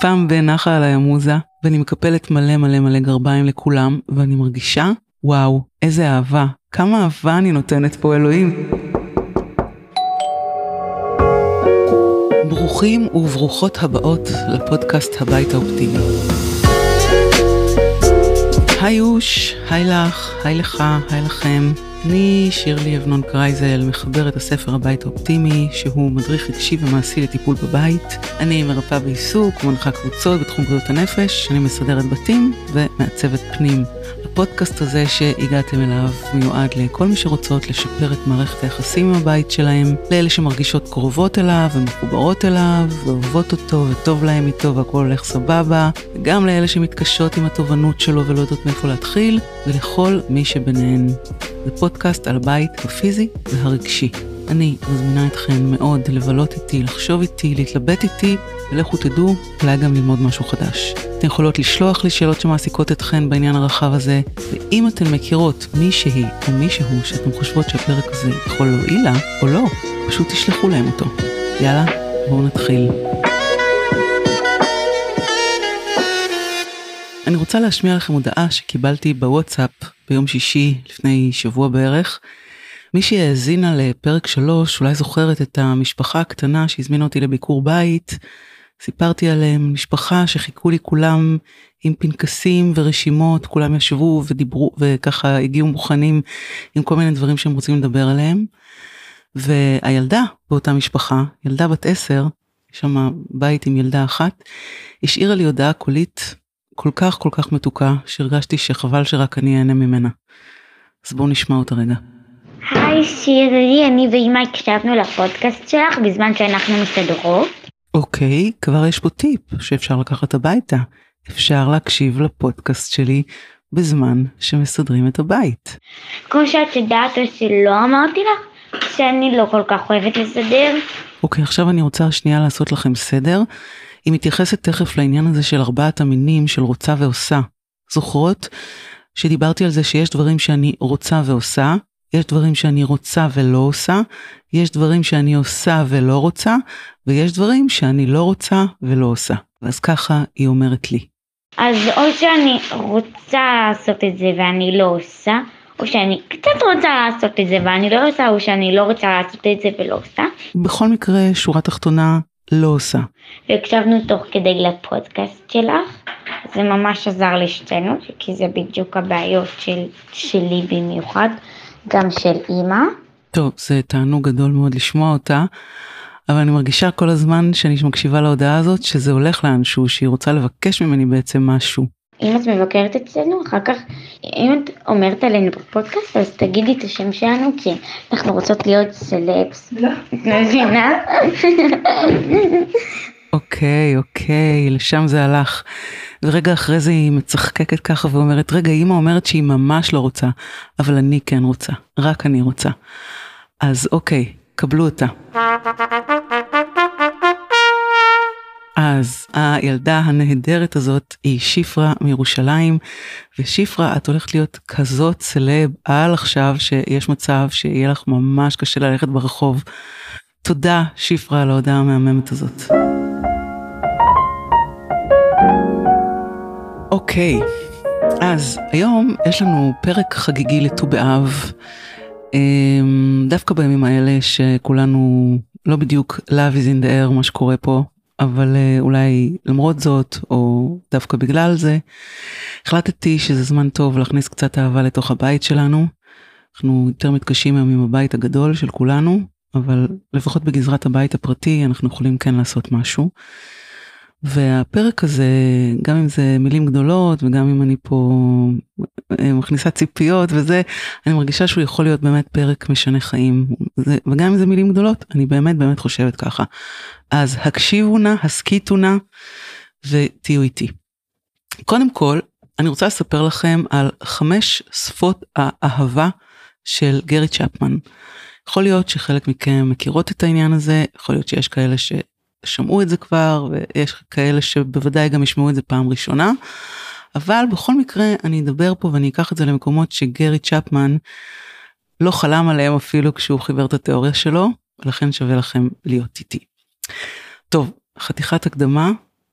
פעם בנחה עליי המוזה, ואני מקפלת מלא מלא מלא גרביים לכולם, ואני מרגישה, וואו, איזה אהבה, כמה אהבה אני נותנת פה, אלוהים. ברוכים וברוכות הבאות לפודקאסט הבית האופטימי. היי אוש, היי לך, היי לך, היי לכם. אני שירלי אבנון קרייזל, מחברת הספר הבית האופטימי, שהוא מדריך רגשי ומעשי לטיפול בבית. אני מרפאה בעיסוק, מנחה קבוצות בתחום בריאות הנפש, אני מסדרת בתים ומעצבת פנים. הפודקאסט הזה שהגעתם אליו מיועד לכל מי שרוצות לשפר את מערכת היחסים עם הבית שלהם, לאלה שמרגישות קרובות אליו ומחוברות אליו ואוהבות אותו וטוב להם איתו והכל הולך סבבה, וגם לאלה שמתקשות עם התובנות שלו ולא יודעות מאיפה להתחיל, ולכל מי שביניהן. זה פודקאסט על הבית הפיזי והרגשי. אני מזמינה אתכם מאוד לבלות איתי, לחשוב איתי, להתלבט איתי, ולכו תדעו, אולי גם ללמוד משהו חדש. אתן יכולות לשלוח לי שאלות שמעסיקות אתכן בעניין הרחב הזה, ואם אתן מכירות מישהי או מישהו שאתן חושבות שהפרק הזה יכול להועיל לה, או לא, פשוט תשלחו להם אותו. יאללה, בואו נתחיל. אני רוצה להשמיע לכם הודעה שקיבלתי בוואטסאפ ביום שישי לפני שבוע בערך. מי שהאזינה לפרק 3 אולי זוכרת את המשפחה הקטנה שהזמינה אותי לביקור בית. סיפרתי עליהם, משפחה שחיכו לי כולם עם פנקסים ורשימות, כולם ישבו ודיברו וככה הגיעו מוכנים עם כל מיני דברים שהם רוצים לדבר עליהם. והילדה באותה משפחה, ילדה בת 10, יש שם בית עם ילדה אחת, השאירה לי הודעה קולית כל כך מתוקה, שהרגשתי שחבל שרק אני אענה ממנה. אז בואו נשמע אותה רגע. היי שירלי, אני ואמא הקשבנו לפודקאסט שלך בזמן שאנחנו מסתדרות. אוקיי, כבר יש פה טיפ שאפשר לקחת הביתה. אפשר להקשיב לפודקאסט שלי בזמן שמסדרים את הבית. כמו שאת יודעת שלא אמרתי לך שאני לא כל כך אוהבת לסדר. אוקיי, עכשיו אני רוצה שנייה לעשות לכם סדר. היא מתייחסת תכף לעניין הזה של 4 המינים של רוצה ועושה. זוכרות שדיברתי על זה שיש דברים שאני רוצה ועושה, יש דברים שאני רוצה ולא עושה, יש דברים שאני עושה ולא רוצה, ויש דברים שאני לא רוצה ולא עושה. אז ככה היא אומרת לי. אז או שאני רוצה לעשות את זה ואני לא עושה, או שאני קצת רוצה לעשות את זה ואני לא עושה, או שאני לא רוצה לעשות את זה ולא עושה. בכל מקרה, שורה תחתונה, לא עושה. והקשבנו תוך כדי לפודקאסט שלך, זה ממש עזר לשתינו, כי זה בדיוק הבעיות שלי במיוחד, גם של אמא. טוב, זה תענוג גדול מאוד לשמוע אותה, אבל אני מרגישה כל הזמן שאני מקשיבה להודעה הזאת, שזה הולך לאנשהו, שהיא רוצה לבקש ממני בעצם משהו. אם את מבקרת אצלנו, אחר כך, אם את אומרת עלינו בפודקאסט, אז תגידי את השם שלנו, כי אנחנו רוצות להיות סלבס. לא. מבינה? אוקיי, לשם זה הלך. ורגע אחרי זה היא מצחקקת ככה ואומרת, רגע, אמא אומרת שהיא ממש לא רוצה, אבל אני כן רוצה, רק אני רוצה. אז אוקיי, קבלו אותה. אז הילדה הנהדרת הזאת היא שפרה מירושלים, ושפרה, את הולכת להיות כזאת סלב על עכשיו שיש מצב שיהיה לך ממש קשה ללכת ברחוב. תודה שפרה על ההודעה המהממת הזאת. אוקיי, אז היום יש לנו פרק חגיגי לט"ו באב, דווקא בימים האלה שכולנו לא בדיוק love is in the air מה שקורה פה, אבל אולי למרות זאת, או דווקא בגלל זה, החלטתי שזה זמן טוב להכניס קצת אהבה לתוך הבית שלנו. אנחנו יותר מתקשים היום עם הבית הגדול של כולנו, אבל לפחות בגזרת הבית הפרטי אנחנו יכולים כן לעשות משהו. והפרק הזה, גם אם זה מילים גדולות, וגם אם אני פה מכניסה ציפיות וזה, אני מרגישה שהוא יכול להיות באמת פרק משנה חיים. וגם אם זה מילים גדולות, אני באמת חושבת ככה. אז הקשיבו נא, הסכיתו נא, ותהיו איתי. קודם כל, אני רוצה לספר לכם על 5 שפות האהבה של גרי צ'פמן. יכול להיות שחלק מכם מכירות את העניין הזה, יכול להיות שיש כאלה שמעו את זה כבר, ויש כאלה שבוודאי גם ישמעו את זה פעם ראשונה, אבל בכל מקרה אני אדבר פה ואני אקח את זה למקומות שגרי צ'פמן לא חלם עליהם אפילו כשהוא חיבר את התיאוריה שלו, ולכן שווה לכם להיות איתי. טוב, חתיכת הקדמה,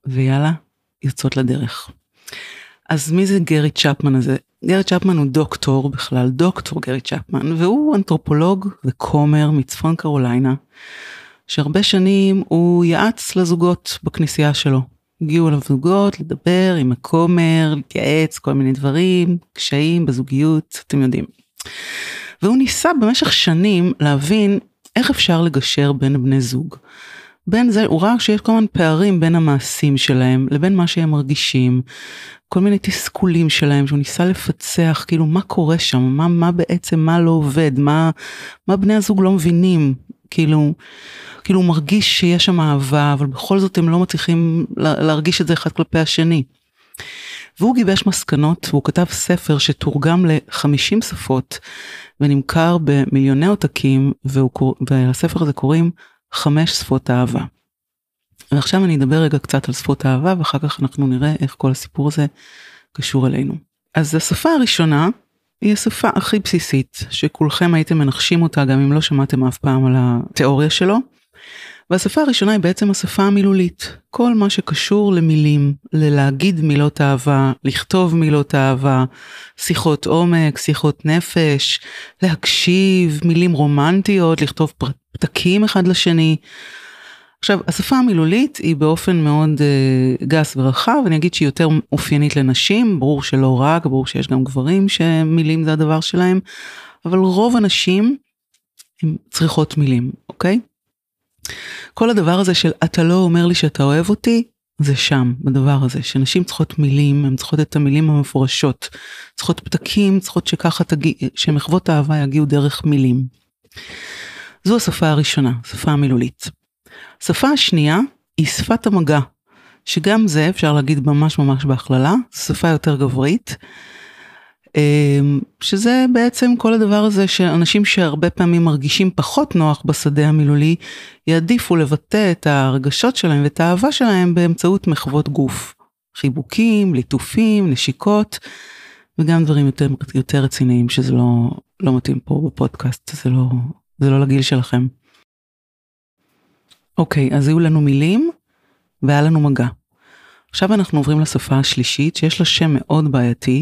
ויאללה, יוצאות לדרך. אז מי זה גרי צ'פמן הזה? גרי צ'פמן הוא דוקטור בכלל, דוקטור גרי צ'פמן, והוא אנתרופולוג וכומר מצפון קרוליינה, שהרבה שנים הוא יעץ לזוגות בכנסייה שלו. הגיעו אליו זוגות לדבר עם הכומר, להתייעץ, כל מיני דברים, קשיים בזוגיות, אתם יודעים. והוא ניסה במשך שנים להבין איך אפשר לגשר בין בני זוג. בין זה, הוא ראה שיש כל מיני פערים בין המעשים שלהם, לבין מה שהם מרגישים, כל מיני תסכולים שלהם, שהוא ניסה לפצח, כאילו מה קורה שם, מה בעצם, מה לא עובד, מה בני הזוג לא מבינים, כאילו הוא מרגיש שיש שם אהבה, אבל בכל זאת הם לא מצליחים להרגיש את זה אחד כלפי השני. והוא גיבש מסקנות, והוא כתב ספר שתורגם ל-50 שפות, ונמכר במיליוני עותקים, ולספר הזה קוראים 5 שפות אהבה. ועכשיו אני אדבר רגע קצת על שפות אהבה, ואחר כך אנחנו נראה איך כל הסיפור הזה קשור אלינו. אז השפה הראשונה, היא השפה הכי בסיסית, שכולכם הייתם מנחשים אותה, גם אם לא שמעתם אף פעם על התיאוריה שלו. והשפה הראשונה היא בעצם השפה המילולית. כל מה שקשור למילים, ללהגיד מילות אהבה, לכתוב מילות אהבה, שיחות עומק, שיחות נפש, להקשיב, מילים רומנטיות, לכתוב פתקים אחד לשני. עכשיו, השפה המילולית היא באופן מאוד גס ורחב, אני אגיד שהיא יותר אופיינית לנשים, ברור שלא רק, ברור שיש גם גברים שמילים זה הדבר שלהם, אבל רוב הנשים הן צריכות מילים, אוקיי? כל הדבר הזה של אתה לא אומר לי שאתה אוהב אותי, זה שם, בדבר הזה, שנשים צריכות מילים, הן צריכות את המילים המפורשות, צריכות פתקים, צריכות שככה שמחוות האהבה יגיעו דרך מילים. זו השפה הראשונה, שפה המילולית. השפה השנייה היא שפת המגע, שגם זה אפשר להגיד ממש בהכללה, זו שפה יותר גברית, שזה בעצם כל הדבר הזה שאנשים שהרבה פעמים מרגישים פחות נוח בשדה המילולי, יעדיפו לבטא את הרגשות שלהם ואת האהבה שלהם באמצעות מחוות גוף, חיבוקים, ליטופים, נשיקות, וגם דברים יותר רציניים שזה לא מתאים פה בפודקאסט, זה לא לגיל שלכם. אוקיי, אז היו לנו מילים והיה לנו מגע. עכשיו אנחנו עוברים לשפה השלישית, שיש לה שם מאוד בעייתי,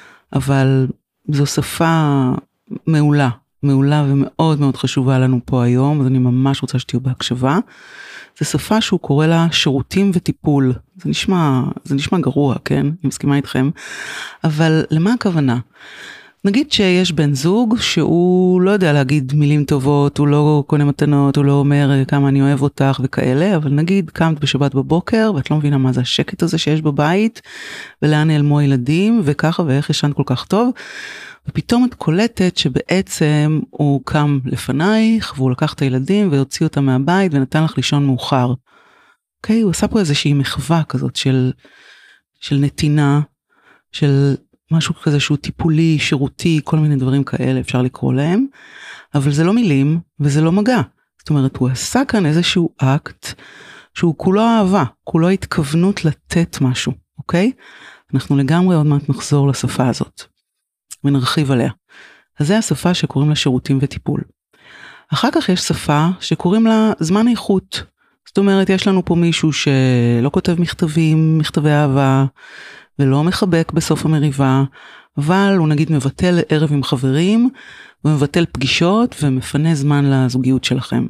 אבל זו שפה מעולה ומאוד מאוד חשובה לנו פה היום, אז אני ממש רוצה שתהיו בהקשבה. זו שפה שהוא קורא לה שירותים וטיפול. זה נשמע גרוע, כן? אני מסכימה איתכם. אבל למה הכוונה? נגיד שיש בן זוג שהוא לא יודע להגיד מילים טובות, הוא לא קונה מתנות, הוא לא אומר כמה אני אוהב אותך וכאלה, אבל נגיד קמת בשבת בבוקר ואת לא מבינה מה זה השקט הזה שיש בבית, ולאן נעלמו הילדים וככה ואיך ישן כל כך טוב, ופתאום את קולטת שבעצם הוא קם לפנייך והוא לקח את הילדים והוציא אותם מהבית ונתן לך לישון מאוחר. אוקיי? הוא עשה פה איזושהי מחווה כזאת של נתינה, של משהו כזה שהוא טיפולי, שירותי, כל מיני דברים כאלה אפשר לקרוא להם, אבל זה לא מילים וזה לא מגע. זאת אומרת, הוא עשה כאן איזשהו אקט שהוא כולו אהבה, כולו התכוונות לתת משהו, אוקיי? אנחנו לגמרי עוד מעט נחזור לשפה הזאת, ונרחיב עליה. אז זה השפה שקוראים לה שירותים וטיפול. אחר כך יש שפה שקוראים לה זמן איכות. זאת אומרת, יש לנו פה מישהו שלא כותב מכתבי אהבה, ולא מחבק בסוף המריבה, אבל הוא נגיד מבטל ערב עם חברים, ומבטל פגישות, ומפנה זמן לזוגיות שלכם.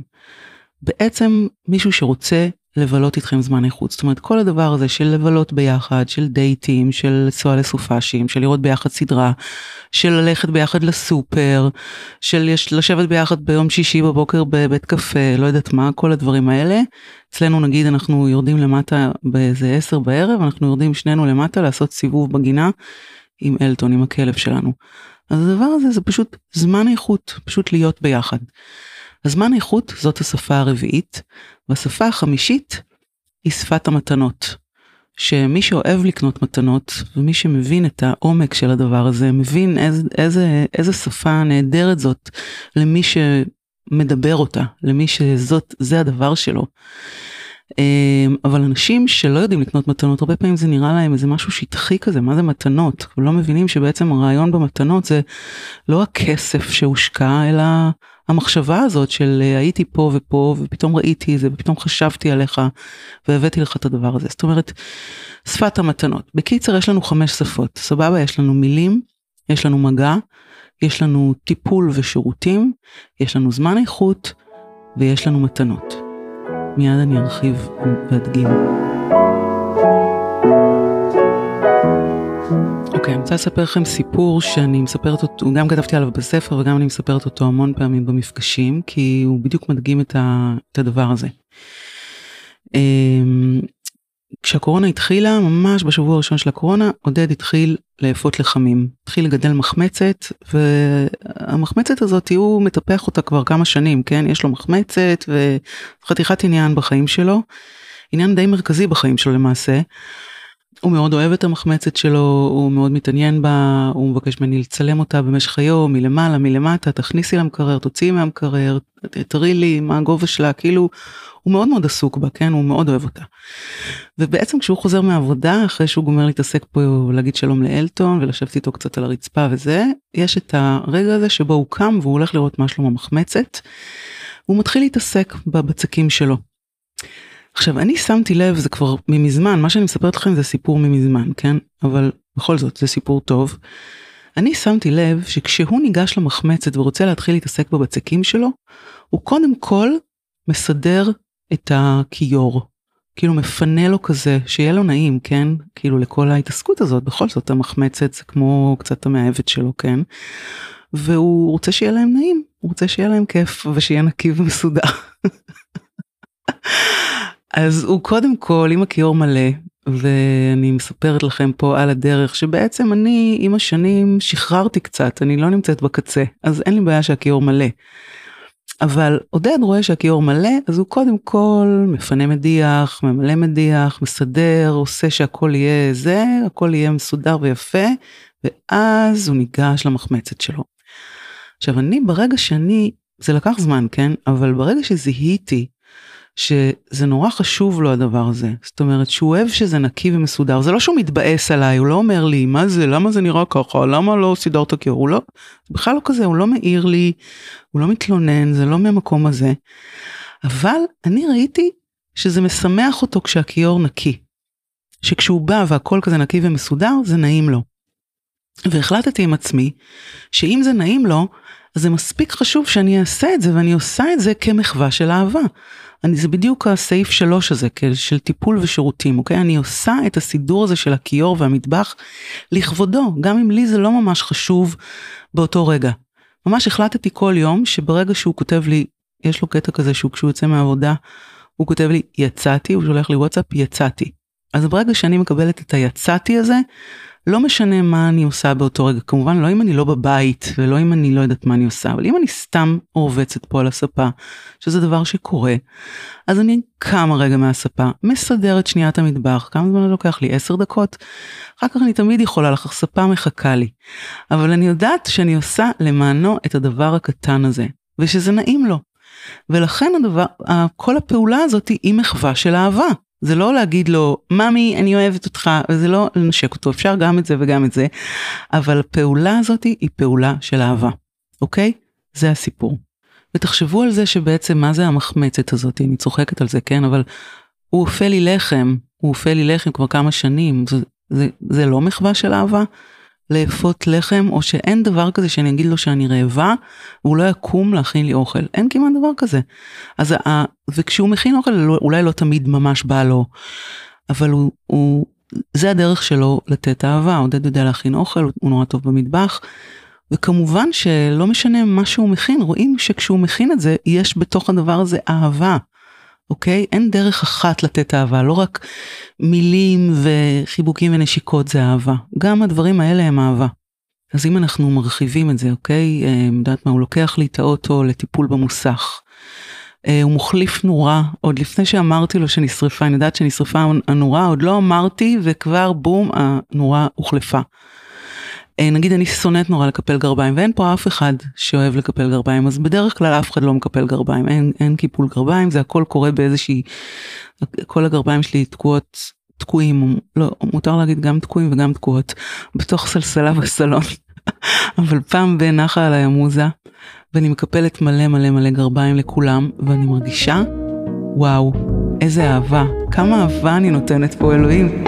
בעצם מישהו שרוצה לבלות איתכם זמן איכות, זאת אומרת כל הדבר הזה של לבלות ביחד, של דייטים, של לנסוע לסופשים, של לראות ביחד סדרה, של ללכת ביחד לסופר, של לשבת ביחד ביום שישי בבוקר בבית קפה, לא יודעת מה, כל הדברים האלה. אצלנו נגיד אנחנו יורדים למטה באיזה 10 בערב, אנחנו יורדים שנינו למטה לעשות סיבוב בגינה עם אלטון, עם הכלב שלנו. אז הדבר הזה זה פשוט זמן איכות, פשוט להיות ביחד. הזמן איכות זאת השפה הרביעית, והשפה החמישית היא שפת המתנות. שמי שאוהב לקנות מתנות, ומי שמבין את העומק של הדבר הזה, מבין איזה שפה נהדרת זאת למי שמדבר אותה, למי שזה הדבר שלו. אבל אנשים שלא יודעים לקנות מתנות, הרבה פעמים זה נראה להם איזה משהו שטחי כזה, מה זה מתנות? ולא מבינים שבעצם הרעיון במתנות זה לא הכסף שהושקע, אלא המחשבה הזאת של הייתי פה ופה, ופתאום ראיתי זה, ופתאום חשבתי עליך, והבאתי לך את הדבר הזה. זאת אומרת, שפת המתנות. בקיצר, יש לנו 5 שפות. סבבה, יש לנו מילים, יש לנו מגע, יש לנו טיפול ושירותים, יש לנו זמן איכות, ויש לנו מתנות. מיד אני ארחיב ואדגים. אוקיי, אני רוצה לספר לכם סיפור שאני מספרת אותו, גם כתבתי עליו בספר וגם אני מספרת אותו המון פעמים במפגשים, כי הוא בדיוק מדגים את הדבר הזה. כשהקורונה התחילה, ממש בשבוע הראשון של הקורונה, עודד התחיל לאפות לחמים. התחיל לגדל מחמצת, והמחמצת הזאת הוא מטפח אותה כבר כמה שנים, כן? יש לו מחמצת וחתיכת עניין בחיים שלו, עניין די מרכזי בחיים שלו למעשה. הוא מאוד אוהב את המחמצת שלו, הוא מאוד מתעניין בה, הוא מבקש ממני לצלם אותה במשך היום, מלמעלה, מלמטה, תכניסי למקרר, תוציאי מהמקרר, תראי לי מה הגובה שלה, כאילו, הוא מאוד מאוד עסוק בה, כן? הוא מאוד אוהב אותה. ובעצם כשהוא חוזר מהעבודה, אחרי שהוא גומר להתעסק פה, להגיד שלום לאלטון, ולשבת איתו קצת על הרצפה וזה, יש את הרגע הזה שבו הוא קם, והוא הולך לראות מה שלום המחמצת, הוא מתחיל להתעסק בבצקים שלו. עכשיו, אני שמתי לב, זה כבר ממזמן, מה שאני מספרת לכם זה סיפור ממזמן, כן? אבל בכל זאת, זה סיפור טוב. אני שמתי לב שכשהוא ניגש למחמצת ורוצה להתחיל להתעסק בבצקים שלו, הוא קודם כל מסדר את הכיור. כאילו מפנה לו כזה, שיהיה לו נעים, כן? כאילו לכל ההתעסקות הזאת, בכל זאת המחמצת זה כמו קצת המאהבת שלו, כן? והוא רוצה שיהיה להם נעים, הוא רוצה שיהיה להם כיף ושיהיה נקי ומסודר. אז הוא קודם כל עם הכיור מלא, ואני מספרת לכם פה על הדרך שבעצם אני עם השנים שחררתי קצת, אני לא נמצאת בקצה, אז אין לי בעיה שהכיור מלא. אבל עודד רואה שהכיור מלא, אז הוא קודם כל מפנה מדיח, ממלא מדיח, מסדר, עושה שהכל יהיה זה, הכל יהיה מסודר ויפה, ואז הוא ניגש למחמצת שלו. עכשיו אני ברגע שאני, זה לקח זמן, כן? אבל ברגע שזיהיתי, שזה נורא חשוב לו הדבר הזה, זאת אומרת שהוא אוהב שזה נקי ומסודר, זה לא שהוא מתבאס עליי, הוא לא אומר לי מה זה, למה זה נראה ככה, למה לא סידרת כיור, הוא לא, בכלל לא כזה, הוא לא מעיר לי, הוא לא מתלונן, זה לא מהמקום הזה, אבל אני ראיתי שזה משמח אותו כשהכיור נקי, שכשהוא בא והכל כזה נקי ומסודר, זה נעים לו, והחלטתי עם עצמי, שאם זה נעים לו, אז זה מספיק חשוב שאני אעשה את זה, ואני עושה את זה כמחווה של אהבה. זה בדיוק הסעיף 3 הזה, של טיפול ושירותים, אוקיי? אני עושה את הסידור הזה של הכיור והמטבח לכבודו, גם אם לי זה לא ממש חשוב באותו רגע. ממש החלטתי כל יום שברגע שהוא כותב לי, יש לו קטע כזה כשהוא יוצא מהעבודה, הוא כותב לי יצאתי, הוא שולח לי וואטסאפ, יצאתי. אז ברגע שאני מקבלת את היצאתי הזה, לא משנה מה אני עושה באותו רגע, כמובן לא אם אני לא בבית, ולא אם אני לא יודעת מה אני עושה, אבל אם אני סתם רובצת פה על הספה, שזה דבר שקורה, אז אני קמה רגע מהספה, מסדרת שנייה את המטבח, כמה זמן לוקח לי? 10 דקות? אחר כך אני תמיד יכולה לך, ספה מחכה לי, אבל אני יודעת שאני עושה למענו את הדבר הקטן הזה, ושזה נעים לו, ולכן כל הפעולה הזאת היא מחווה של אהבה, זה לא להגיד לו, ממי, אני אוהבת אותך, וזה לא לנשק אותו, אפשר גם את זה וגם את זה, אבל הפעולה הזאת היא פעולה של אהבה, אוקיי? זה הסיפור. ותחשבו על זה שבעצם מה זה המחמצת הזאת, אני צוחקת על זה, כן? אבל הוא אופה לי לחם כבר כמה שנים, זה לא מחווה של אהבה? לאפות לחם, או שאין דבר כזה שאני אגיד לו שאני רעבה, והוא לא יקום להכין לי אוכל. אין כמעט דבר כזה. אז וכשהוא מכין אוכל, אולי לא תמיד ממש בא לו, אבל זה הדרך שלו לתת אהבה. עודד יודע להכין אוכל, הוא נורא טוב במטבח, וכמובן שלא משנה מה שהוא מכין, רואים שכשהוא מכין את זה, יש בתוך הדבר הזה אהבה. אוקיי? אין דרך אחת לתת אהבה, לא רק מילים וחיבוקים ונשיקות זה אהבה. גם הדברים האלה הם אהבה. אז אם אנחנו מרחיבים את זה, אוקיי? יודעת מה, הוא לוקח לי את האוטו לטיפול במוסך. הוא מוחליף נורה, עוד לפני שאמרתי לו שנשרפה, אני יודעת שנשרפה הנורה, עוד לא אמרתי וכבר בום, הנורה הוחלפה. נגיד אני שונאת נורא לקפל גרביים, ואין פה אף אחד שאוהב לקפל גרביים, אז בדרך כלל אף אחד לא מקפל גרביים, אין קיפול גרביים, זה הכל קורה באיזושהי, כל הגרביים שלי תקועים, לא, מותר להגיד גם תקועים וגם תקועות, בתוך סלסלה בסלון, אבל פעם בנחה עליי המוזה, ואני מקפלת מלא מלא מלא גרביים לכולם, ואני מרגישה, וואו, איזה אהבה, כמה אהבה אני נותנת פה, אלוהים.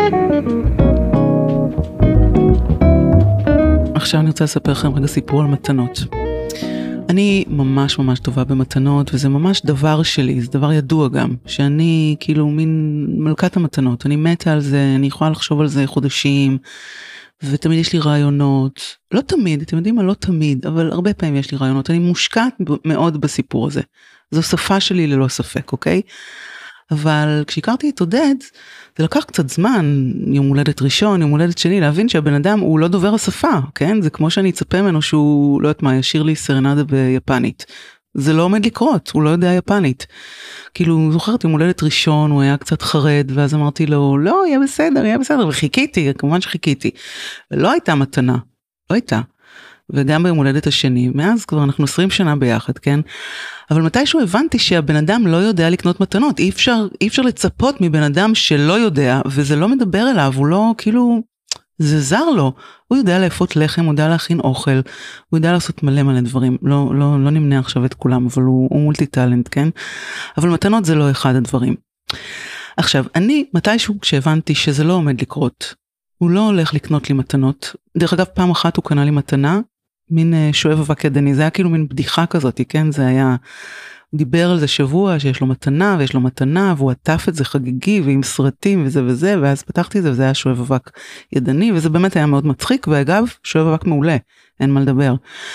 עכשיו אני רוצה לספר לכם רגע סיפור על מתנות. אני ממש ממש טובה במתנות, וזה ממש דבר שלי, זה דבר ידוע גם, שאני כאילו מין מלכת המתנות, אני מתה על זה, אני יכולה לחשוב על זה חודשים, ותמיד יש לי רעיונות, לא תמיד, אתם יודעים מה, לא תמיד, אבל הרבה פעמים יש לי רעיונות, אני מושקעת מאוד בסיפור הזה, זו שפה שלי ללא ספק, אוקיי? אבל כשהכרתי את עודד, זה לקח קצת זמן, יום הולדת ראשון, יום הולדת שני, להבין שהבן אדם הוא לא דובר השפה, כן? זה כמו שאני אצפה ממנו שהוא, לא יודעת מה, ישיר לי סרנדה ביפנית. זה לא עומד לקרות, הוא לא יודע יפנית. כאילו, זוכרת, יום הולדת ראשון, הוא היה קצת חרד, ואז אמרתי לו, לא, יהיה בסדר, וחיכיתי, כמובן שחיכיתי. ולא הייתה מתנה, לא הייתה. וגם ביום הולדת השני, מאז כבר אנחנו 20 שנה ביחד, כן? אבל מתישהו הבנתי שהבן אדם לא יודע לקנות מתנות, אי אפשר לצפות מבן אדם שלא יודע, וזה לא מדבר אליו, הוא לא, כאילו, זה זר לו, הוא יודע לאפות לחם, הוא יודע להכין אוכל, הוא יודע לעשות מלא מלא דברים, לא נמנה עכשיו את כולם, אבל הוא מולטי טלנט, כן? אבל מתנות זה לא אחד הדברים. עכשיו, אני מתישהו כשהבנתי שזה לא עומד לקרות, הוא לא הולך לקנות לי מתנות, דרך אגב פעם אחת הוא קנה לי מתנה, מין שואב אבק ידני, זה היה כאילו מין בדיחה כזאת, כן? זה היה, הוא דיבר על זה שבוע שיש לו מתנה, ויש לו מתנה, והוא עטף את זה חגיגי, ועם סרטים וזה וזה, ואז פתחתי את זה, וזה היה שואב אבק ידני, וזה באמת היה מאוד מצחיק, ואגב, שואב אבק מעולה, אין מה לדבר.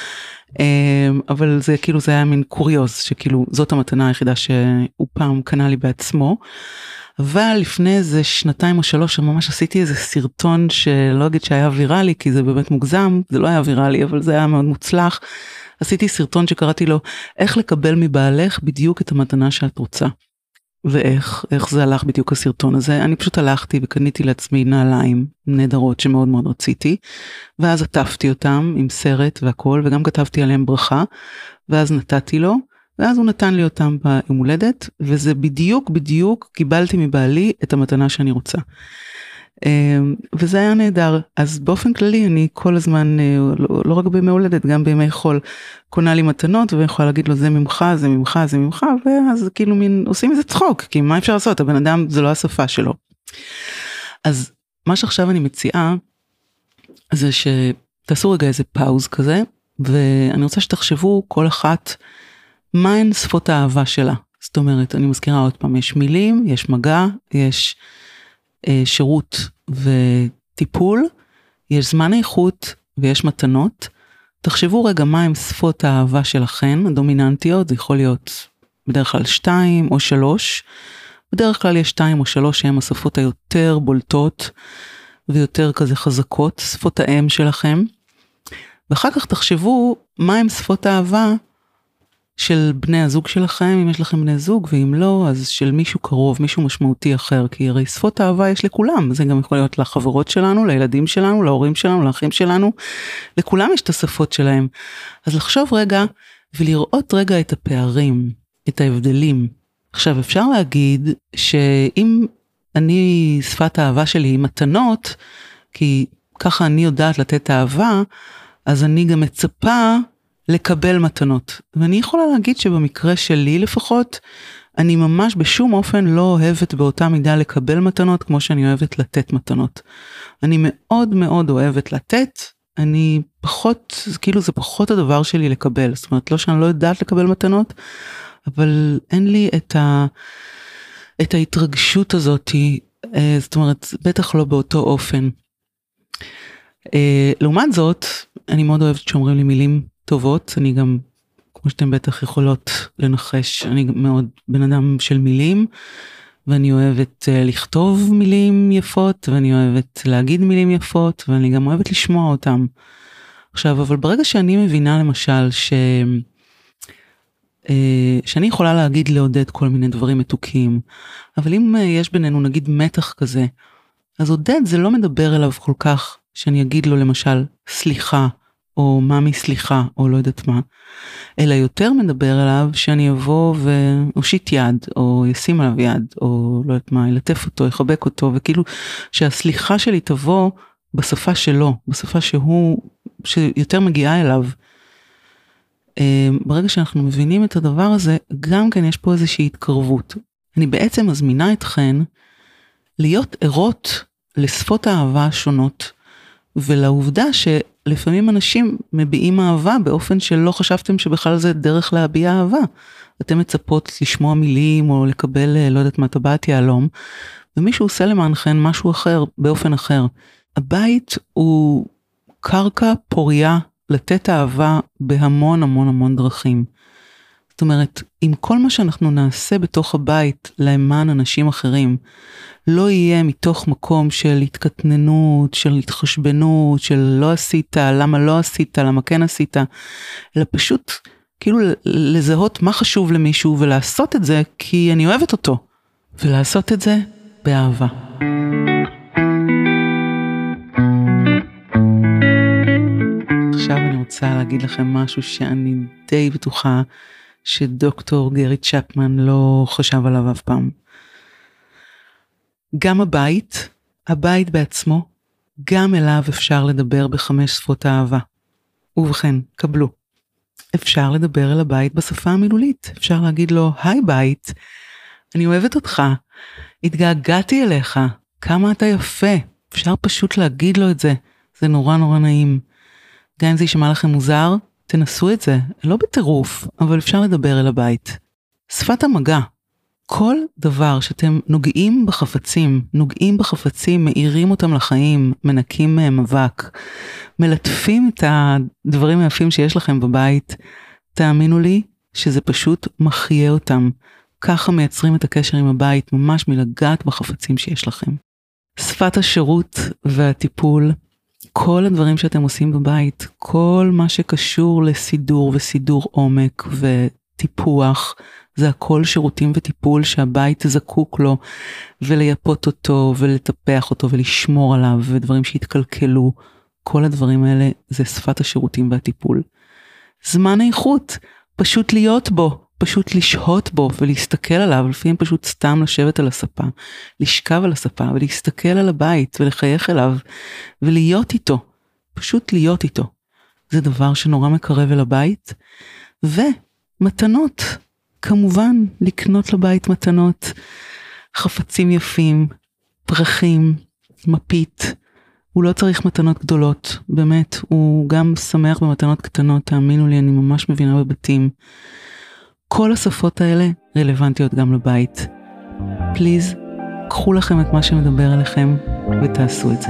אבל זה כאילו, זה היה מין קוריוז, שכאילו, זאת המתנה היחידה שהוא פעם קנה לי בעצמו, אבל לפני איזה 2 או 3, ממש עשיתי איזה סרטון שלא אגיד שהיה ויראלי, כי זה באמת מוגזם, זה לא היה ויראלי, אבל זה היה מאוד מוצלח. עשיתי סרטון שקראתי לו, איך לקבל מבעלך בדיוק את המתנה שאת רוצה. ואיך זה הלך בדיוק הסרטון הזה. אני פשוט הלכתי וקניתי לעצמי נעליים נהדרות שמאוד מאוד רציתי, ואז עטפתי אותם עם סרט והכל, וגם כתבתי עליהם ברכה, ואז נתתי לו, ואז הוא נתן לי אותם ביום הולדת, וזה בדיוק קיבלתי מבעלי את המתנה שאני רוצה. וזה היה נהדר. אז באופן כללי אני כל הזמן, לא רק בימי הולדת, גם בימי חול, קונה לי מתנות, ויכולה להגיד לו זה ממך, ואז כאילו מין עושים איזה צחוק, כי מה אפשר לעשות? הבן אדם זה לא השפה שלו. אז מה שעכשיו אני מציעה, זה שתעשו רגע איזה פאוז כזה, ואני רוצה שתחשבו כל אחת, מהן שפות האהבה שלה? זאת אומרת, אני מזכירה עוד פעם, יש מילים, יש מגע, יש שירות וטיפול, יש זמן איכות ויש מתנות. תחשבו רגע מהן שפות האהבה שלכן, הדומיננטיות, זה יכול להיות בדרך כלל 2 או 3, בדרך כלל יש 2 או 3 שהן השפות היותר בולטות ויותר כזה חזקות, שפות האם שלכם, ואחר כך תחשבו מהן שפות האהבה של בני הזוג שלכם, אם יש לכם בני זוג, ואם לא, אז של מישהו קרוב, מישהו משמעותי אחר, כי הרי שפות אהבה יש לכולם, זה גם יכול להיות לחברות שלנו, לילדים שלנו, להורים שלנו, לאחים שלנו, לכולם יש את השפות שלהם. אז לחשוב רגע, ולראות רגע את הפערים, את ההבדלים. עכשיו, אפשר להגיד, שאם אני, שפת האהבה שלי היא מתנות, כי ככה אני יודעת לתת אהבה, אז אני גם מצפה, לקבל מתנות. ואני יכולה להגיד שבמקרה שלי לפחות, אני ממש בשום אופן לא אוהבת באותה מידה לקבל מתנות, כמו שאני אוהבת לתת מתנות. אני מאוד מאוד אוהבת לתת, אני פחות, כאילו זה פחות הדבר שלי לקבל. זאת אומרת, לא שאני לא יודעת לקבל מתנות, אבל אין לי את ההתרגשות הזאת, זאת אומרת, בטח לא באותו אופן. לעומת זאת, אני מאוד אוהבת שאומרים לי מילים טובות, אני גם, כמו שאתם בטח יכולות לנחש, אני מאוד בן אדם של מילים, ואני אוהבת לכתוב מילים יפות, ואני אוהבת להגיד מילים יפות, ואני גם אוהבת לשמוע אותם. עכשיו, אבל ברגע שאני מבינה למשל, שאני יכולה להגיד לעודד כל מיני דברים מתוקים, אבל אם יש בינינו נגיד מתח כזה, אז עודד זה לא מדבר אליו כל כך, שאני אגיד לו למשל סליחה, או ממי סליחה, או לא יודעת מה, אלא יותר מדבר אליו שאני אבוא ואושיט יד, או ישים עליו יד, או לא יודעת מה, ילטף אותו, יחבק אותו, וכאילו שהסליחה שלי תבוא בשפה שלו, בשפה שיותר מגיעה אליו. ברגע שאנחנו מבינים את הדבר הזה, גם כן יש פה איזושהי התקרבות. אני בעצם מזמינה אתכן להיות ערות לשפות האהבה השונות, ולעובדה שלפעמים אנשים מביעים אהבה באופן שלא חשבתם שבכלל זה דרך להביע אהבה. אתם מצפות לשמוע מילים או לקבל, לא יודעת מה, טבעת יהלום, ומישהו עושה למענכן משהו אחר, באופן אחר. הבית הוא קרקע פוריה לתת אהבה בהמון המון המון דרכים. זאת אומרת, אם כל מה שאנחנו נעשה בתוך הבית למען אנשים אחרים, לא יהיה מתוך מקום של התקטננות, של התחשבנות, של לא עשית, למה לא עשית, למה כן עשית, אלא פשוט כאילו לזהות מה חשוב למישהו ולעשות את זה כי אני אוהבת אותו, ולעשות את זה באהבה. עכשיו אני רוצה להגיד לכם משהו שאני די בטוחה שדוקטור גרי צ'פמן לא חשב עליו אף פעם. גם הבית בעצמו, גם אליו אפשר לדבר ב5 שפות האהבה. ובכן, קבלו. אפשר לדבר אל הבית בשפה המילולית. אפשר להגיד לו, היי בית, אני אוהבת אותך, התגעגעתי אליך, כמה אתה יפה. אפשר פשוט להגיד לו את זה, זה נורא נורא נעים. גם אם זה יישמע לכם מוזר, תנסו את זה, לא בטירוף, אבל אפשר לדבר אל הבית. שפת המגע. כל דבר שאתם נוגעים בחפצים, מאירים אותם לחיים, מנקים מהם אבק, מלטפים את הדברים היפים שיש לכם בבית, תאמינו לי שזה פשוט מחיה אותם. ככה מייצרים את הקשר עם הבית, ממש מלגעת בחפצים שיש לכם. שפת השירות והטיפול, כל הדברים שאתם עושים בבית, כל מה שקשור לסידור וסידור עומק וטיפוח, זה הכל שירותים וטיפול שהבית זקוק לו, ולייפות אותו ולטפח אותו ולשמור עליו, ודברים שהתקלקלו, כל הדברים האלה זה שפת השירותים והטיפול. זמן האיכות, פשוט להיות בו, פשוט לשהות בו ולהסתכל עליו, לפעמים פשוט סתם לשבת על הספה, לשכב על הספה ולהסתכל על הבית ולחייך אליו ולהיות איתו, פשוט להיות איתו. זה דבר שנורא מקרב אל הבית. ומתנות, כמובן לקנות לבית מתנות, חפצים יפים, פרחים, מפית. הוא לא צריך מתנות גדולות, באמת, הוא גם שמח במתנות קטנות, תאמינו לי, אני ממש מבינה בבתים. כל השפות האלה רלוונטיות גם לבית. פליז, קחו לכם את מה שמדבר אליכם ותעשו את זה.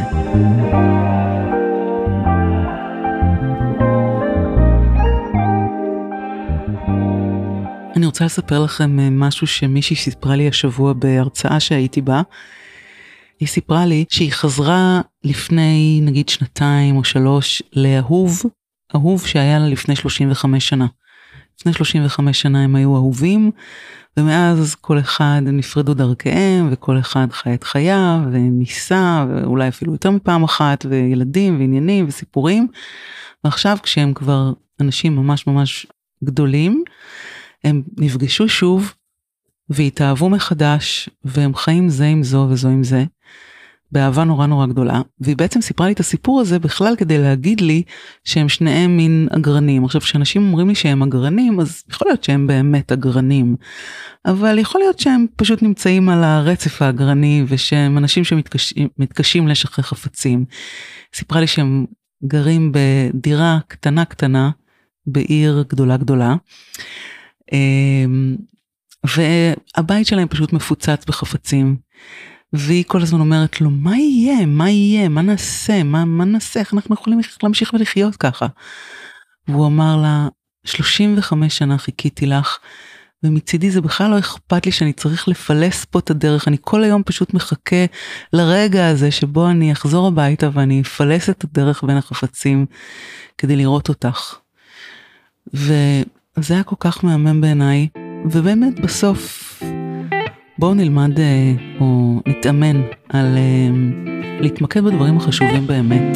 אני רוצה לספר לכם משהו שמישהי סיפרה לי השבוע בהרצאה שהייתי בה. היא סיפרה לי שהיא חזרה לפני נגיד 2 או 3 אהוב שהיה לה לפני 35 שנה. לפני 35 שנה הם היו אהובים, ומאז כל אחד נפרדו דרכיהם, וכל אחד חי את חייו, וניסה, ואולי אפילו יותר מפעם אחת, וילדים ועניינים וסיפורים. ועכשיו כשהם כבר אנשים ממש ממש גדולים, הם נפגשו שוב, והתאהבו מחדש, והם חיים זה עם זו וזו עם זה, באהבה נורא נורא גדולה, והיא בעצם סיפרה לי את הסיפור הזה בכלל כדי להגיד לי שהם שניהם מין אגרנים. עכשיו, כשאנשים אומרים לי שהם אגרנים, אז יכול להיות שהם באמת אגרנים, אבל יכול להיות שהם פשוט נמצאים על הרצף האגרני, ושהם אנשים שמתקשים לשחרר חפצים. סיפרה לי שהם גרים בדירה קטנה קטנה, בעיר גדולה גדולה, והבית שלהם פשוט מפוצץ בחפצים, והיא כל הזמן אומרת לו, מה יהיה, מה נעשה, איך אנחנו יכולים להמשיך ולחיות ככה? והוא אמר לה, 35 שנה חיכיתי לך, ומצידי זה בכלל לא אכפת לי שאני צריך לפלס פה את הדרך, אני כל היום פשוט מחכה לרגע הזה, שבו אני אחזור הביתה, ואני אפלס את הדרך בין החפצים, כדי לראות אותך. וזה היה כל כך מהמם בעיניי, ובאמת בסוף, בואו נלמד או נתאמן על להתמקד בדברים החשובים באמת.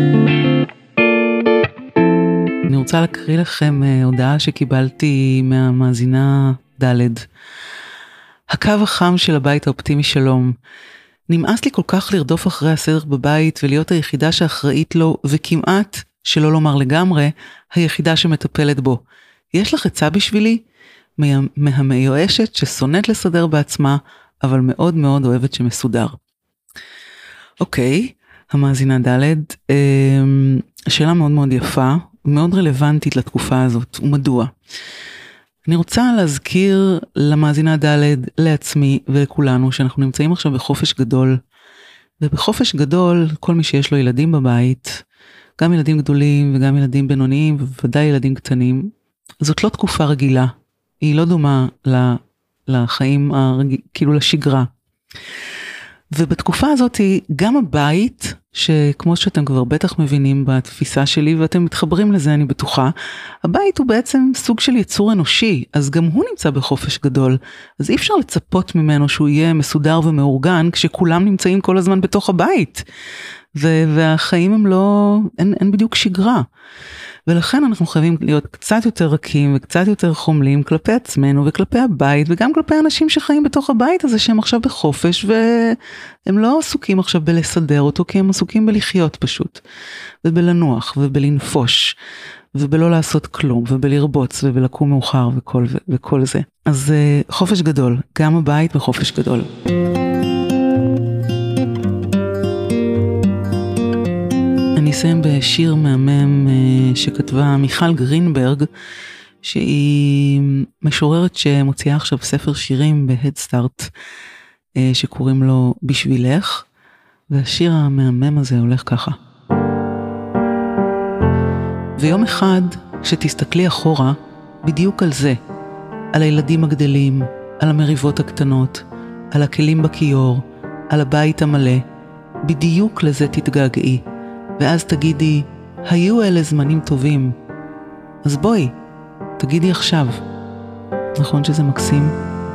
אני רוצה להקריא לכם הודעה שקיבלתי מהמאזינה ד'. הקו החם של הבית האופטימי שלום. נמאס לי כל כך לרדוף אחרי הסדר בבית ולהיות היחידה שאחראית לו, וכמעט, שלא לומר לגמרי, היחידה שמטפלת בו. יש לך עצה בשבילי? מהמיואשת ששונאת לסדר בעצמה, אבל מאוד מאוד אוהבת שמסודר. אוקיי, המאזינה ד', שאלה מאוד מאוד יפה, מאוד רלוונטית לתקופה הזאת, ומדוע? אני רוצה להזכיר למאזינה ד', לעצמי ולכולנו, שאנחנו נמצאים עכשיו בחופש גדול, ובחופש גדול, כל מי שיש לו ילדים בבית, גם ילדים גדולים וגם ילדים בינוניים, ובוודאי ילדים קטנים, זאת לא תקופה רגילה, היא לא דומה לחיים, כאילו לשגרה. ובתקופה הזאת, גם הבית, שכמו שאתם כבר בטח מבינים בתפיסה שלי, ואתם מתחברים לזה, אני בטוחה, הבית הוא בעצם סוג של יצור אנושי, אז גם הוא נמצא בחופש גדול, אז אי אפשר לצפות ממנו שהוא יהיה מסודר ומאורגן, כשכולם נמצאים כל הזמן בתוך הבית, והחיים הם לא, אין בדיוק שגרה. ולכן אנחנו חייבים להיות קצת יותר רכים וקצת יותר חומלים כלפי עצמנו וכלפי הבית וגם כלפי אנשים שחיים בתוך הבית הזה שהם עכשיו בחופש והם לא עסוקים עכשיו בלסדר אותו כי הם עסוקים בלחיות פשוט ובלנוח ובלנפוש ובלא לעשות כלום ובלרבוץ ובלקום מאוחר וכל זה. אז חופש גדול, גם הבית בחופש גדול. אני אסיים בשיר מהמם שכתבה מיכל גרינברג, שהיא משוררת שמוציאה עכשיו ספר שירים בהדסטארט, שקוראים לו בשבילך, והשיר המהמם הזה הולך ככה. ויום אחד, כשתסתכלי אחורה, בדיוק על זה, על הילדים הגדלים, על המריבות הקטנות, על הכלים בכיור, על הבית המלא, בדיוק לזה תתגעגעי. ואז תגידי, היו אלה זמנים טובים. אז בואי, תגידי עכשיו. נכון שזה מקסים?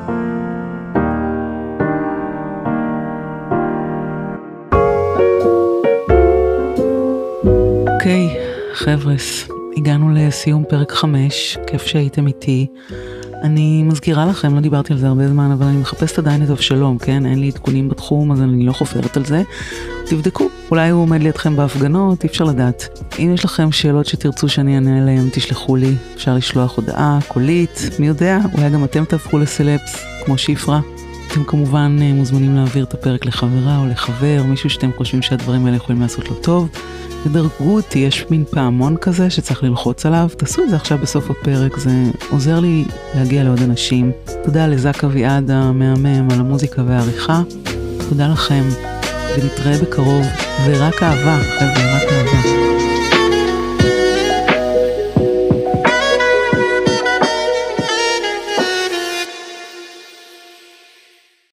אוקיי, חבר'ס, הגענו לסיום פרק 5, כיף שהייתם איתי. אני מזכירה לכם, לא דיברתי על זה הרבה זמן, אבל אני מחפשת עדיין את אבשלום, כן? אין לי עדכונים בתחום, אז אני לא חופרת על זה. תבדקו, אולי הוא עומד לידכם בהפגנות, אי אפשר לדעת. אם יש לכם שאלות שתרצו שאני אענה עליהן, תשלחו לי, אפשר לשלוח הודעה, קולית, מי יודע, אולי גם אתם תהפכו לסלפס, כמו שיפרה. אתם כמובן מוזמנים להעביר את הפרק לחברה או לחבר, מישהו שאתם חושבים שהדברים האלה יכולים לעשות לו טוב. תדרגו אותי, יש מין פעמון כזה שצריך ללחוץ עליו, תעשו את זה עכשיו בסוף הפרק, זה עוזר לי להגיע לעוד אנשים. תודה לזק אביעד המהמם על המוזיקה והעריכה, תודה לכם, ונתראה בקרוב, ורק אהבה, חבר'ה, רק אהבה.